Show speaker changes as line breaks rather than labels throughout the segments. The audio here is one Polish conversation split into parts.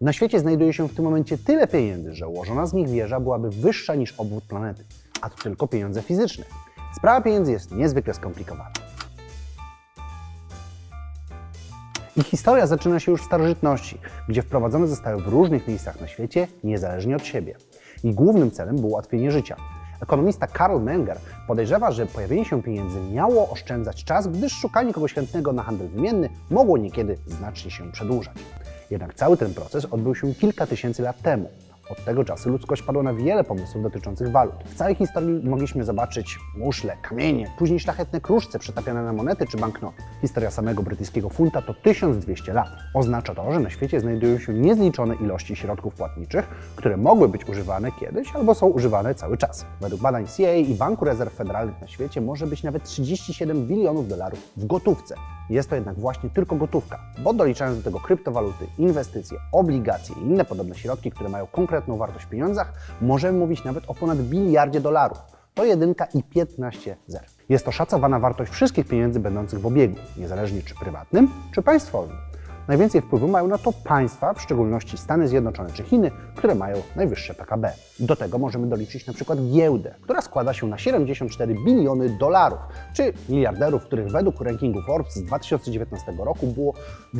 Na świecie znajduje się w tym momencie tyle pieniędzy, że ułożona z nich wieża byłaby wyższa niż obwód planety. A to tylko pieniądze fizyczne. Sprawa pieniędzy jest niezwykle skomplikowana. Ich historia zaczyna się już w starożytności, gdzie wprowadzone zostały w różnych miejscach na świecie, niezależnie od siebie. Ich głównym celem było ułatwienie życia. Ekonomista Karl Menger podejrzewa, że pojawienie się pieniędzy miało oszczędzać czas, gdyż szukanie kogoś chętnego na handel wymienny mogło niekiedy znacznie się przedłużać. Jednak cały ten proces odbył się kilka tysięcy lat temu. Od tego czasu ludzkość padła na wiele pomysłów dotyczących walut. W całej historii mogliśmy zobaczyć muszle, kamienie, później szlachetne kruszce przetapiane na monety czy banknoty. Historia samego brytyjskiego funta to 1200 lat. Oznacza to, że na świecie znajdują się niezliczone ilości środków płatniczych, które mogły być używane kiedyś albo są używane cały czas. Według badań CIA i Banku Rezerw Federalnych na świecie może być nawet 37 bilionów dolarów w gotówce. Jest to jednak właśnie tylko gotówka, bo doliczając do tego kryptowaluty, inwestycje, obligacje i inne podobne środki, które mają konkretną wartość w pieniądzach, możemy mówić nawet o ponad biliardzie dolarów. To 1 i 15 zer. Jest to szacowana wartość wszystkich pieniędzy będących w obiegu, niezależnie czy prywatnym, czy państwowym. Najwięcej wpływu mają na to państwa, w szczególności Stany Zjednoczone czy Chiny, które mają najwyższe PKB. Do tego możemy doliczyć na przykład giełdę, która składa się na 74 biliony dolarów, czy miliarderów, których według rankingu Forbes z 2019 roku było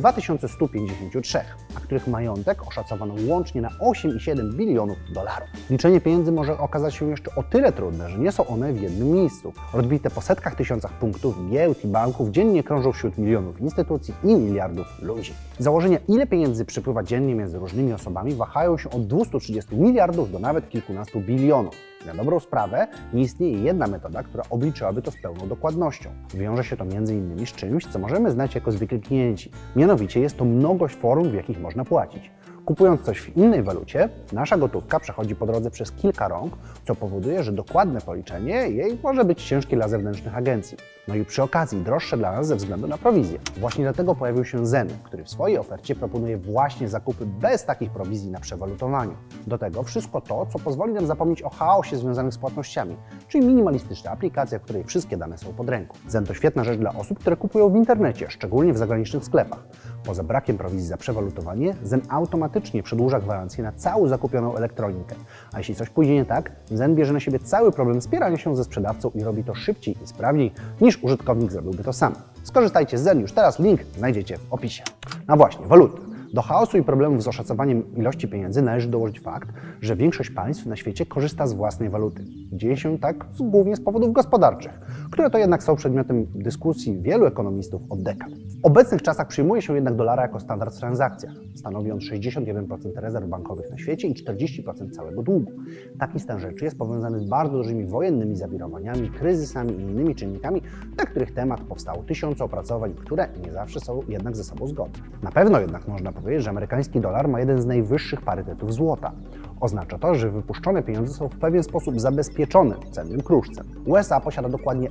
2153, a których majątek oszacowano łącznie na 8,7 bilionów dolarów. Liczenie pieniędzy może okazać się jeszcze o tyle trudne, że nie są one w jednym miejscu. Rozbite po setkach tysiącach punktów giełd i banków dziennie krążą wśród milionów instytucji i miliardów ludzi. Założenia, ile pieniędzy przypływa dziennie między różnymi osobami, wahają się od 230 miliardów do nawet kilkunastu bilionów. Na dobrą sprawę nie istnieje jedna metoda, która obliczyłaby to z pełną dokładnością. Wiąże się to m.in. z czymś, co możemy znać jako zwykli klienci. Mianowicie jest to mnogość form, w jakich można płacić. Kupując coś w innej walucie, nasza gotówka przechodzi po drodze przez kilka rąk, co powoduje, że dokładne policzenie jej może być ciężkie dla zewnętrznych agencji. No i przy okazji droższe dla nas ze względu na prowizję. Właśnie dlatego pojawił się Zen, który w swojej ofercie proponuje właśnie zakupy bez takich prowizji na przewalutowaniu. Do tego wszystko to, co pozwoli nam zapomnieć o chaosie związanym z płatnościami, czyli minimalistyczna aplikacja, w której wszystkie dane są pod ręką. Zen to świetna rzecz dla osób, które kupują w internecie, szczególnie w zagranicznych sklepach. Poza brakiem prowizji za przewalutowanie, Zen automatycznie przedłuża gwarancję na całą zakupioną elektronikę. A jeśli coś pójdzie nie tak, Zen bierze na siebie cały problem spierania się ze sprzedawcą i robi to szybciej i sprawniej niż użytkownik zrobiłby to sam. Skorzystajcie z Zen już teraz, link znajdziecie w opisie. No właśnie, waluty. Do chaosu i problemów z oszacowaniem ilości pieniędzy należy dołożyć fakt, że większość państw na świecie korzysta z własnej waluty. Dzieje się tak głównie z powodów gospodarczych, które to jednak są przedmiotem dyskusji wielu ekonomistów od dekad. W obecnych czasach przyjmuje się jednak dolara jako standard w transakcjach. Stanowi on 61% rezerw bankowych na świecie i 40% całego długu. Taki stan rzeczy jest powiązany z bardzo dużymi wojennymi zawirowaniami, kryzysami i innymi czynnikami, na których temat powstało tysiące opracowań, które nie zawsze są jednak ze sobą zgodne. Na pewno jednak można powiedzieć, że amerykański dolar ma jeden z najwyższych parytetów złota. Oznacza to, że wypuszczone pieniądze są w pewien sposób zabezpieczone cennym kruszcem. USA posiada dokładnie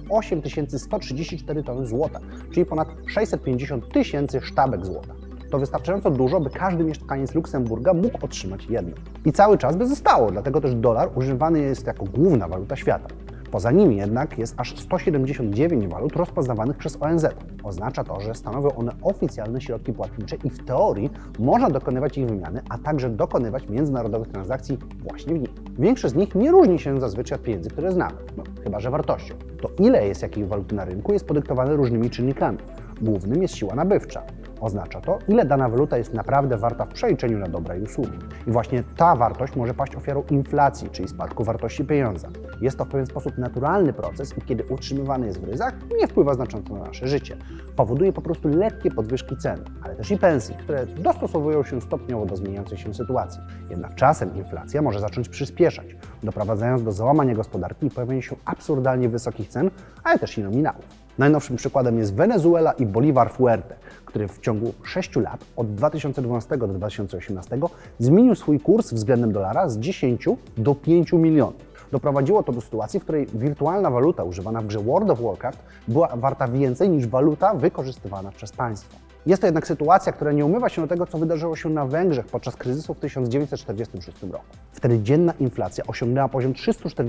8134 tony złota, czyli ponad 650 tysięcy sztabek złota. To wystarczająco dużo, by każdy mieszkaniec Luksemburga mógł otrzymać jedno. I cały czas by zostało, dlatego też dolar używany jest jako główna waluta świata. Poza nimi jednak jest aż 179 walut rozpoznawanych przez ONZ. Oznacza to, że stanowią one oficjalne środki płatnicze i w teorii można dokonywać ich wymiany, a także dokonywać międzynarodowych transakcji właśnie w nich. Większość z nich nie różni się zazwyczaj od pieniędzy, które znamy, chyba że wartością. To ile jest jakiej waluty na rynku jest podyktowane różnymi czynnikami. Głównym jest siła nabywcza. Oznacza to, ile dana waluta jest naprawdę warta w przeliczeniu na dobra i usługi. I właśnie ta wartość może paść ofiarą inflacji, czyli spadku wartości pieniądza. Jest to w pewien sposób naturalny proces i kiedy utrzymywany jest w ryzach, nie wpływa znacząco na nasze życie. Powoduje po prostu lekkie podwyżki cen, ale też i pensji, które dostosowują się stopniowo do zmieniającej się sytuacji. Jednak czasem inflacja może zacząć przyspieszać, doprowadzając do załamania gospodarki i pojawienia się absurdalnie wysokich cen, ale też i nominałów. Najnowszym przykładem jest Wenezuela i Bolivar Fuerte, który w ciągu 6 lat, od 2012 do 2018, zmienił swój kurs względem dolara z 10 do 5 milionów. Doprowadziło to do sytuacji, w której wirtualna waluta używana w grze World of Warcraft była warta więcej niż waluta wykorzystywana przez państwo. Jest to jednak sytuacja, która nie umywa się do tego, co wydarzyło się na Węgrzech podczas kryzysu w 1946 roku. Wtedy dzienna inflacja osiągnęła poziom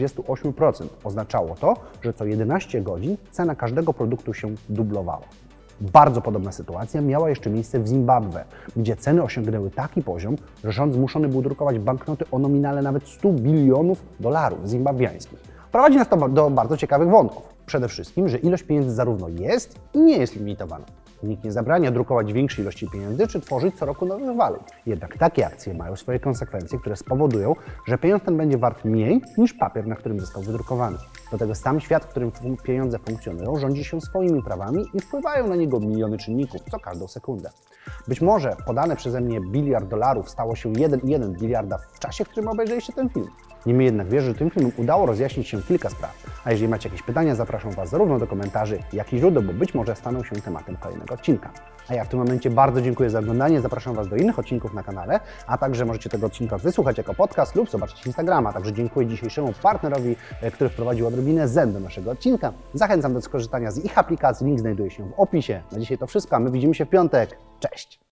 348%. Oznaczało to, że co 11 godzin cena każdego produktu się dublowała. Bardzo podobna sytuacja miała jeszcze miejsce w Zimbabwe, gdzie ceny osiągnęły taki poziom, że rząd zmuszony był drukować banknoty o nominale nawet 100 bilionów dolarów zimbabwiańskich. Prowadzi nas to do bardzo ciekawych wątków. Przede wszystkim, że ilość pieniędzy zarówno jest i nie jest limitowana. Nikt nie zabrania drukować większej ilości pieniędzy czy tworzyć co roku nowych walut. Jednak takie akcje mają swoje konsekwencje, które spowodują, że pieniądz ten będzie wart mniej niż papier, na którym został wydrukowany. Do tego sam świat, w którym pieniądze funkcjonują, rządzi się swoimi prawami i wpływają na niego miliony czynników co każdą sekundę. Być może podane przeze mnie $1 biliard stało się 1,1 biliarda w czasie, w którym obejrzeliście ten film. Niemniej jednak wierzę, że tym filmem udało rozjaśnić się kilka spraw. A jeżeli macie jakieś pytania, zapraszam Was zarówno do komentarzy, jak i źródeł, bo być może staną się tematem kolejnego odcinka. A ja w tym momencie bardzo dziękuję za oglądanie, zapraszam Was do innych odcinków na kanale, a także możecie tego odcinka wysłuchać jako podcast lub zobaczyć Instagrama. Także dziękuję dzisiejszemu partnerowi, który wprowadził odrobinę zen do naszego odcinka. Zachęcam do skorzystania z ich aplikacji, link znajduje się w opisie. Na dzisiaj to wszystko, a my widzimy się w piątek. Cześć!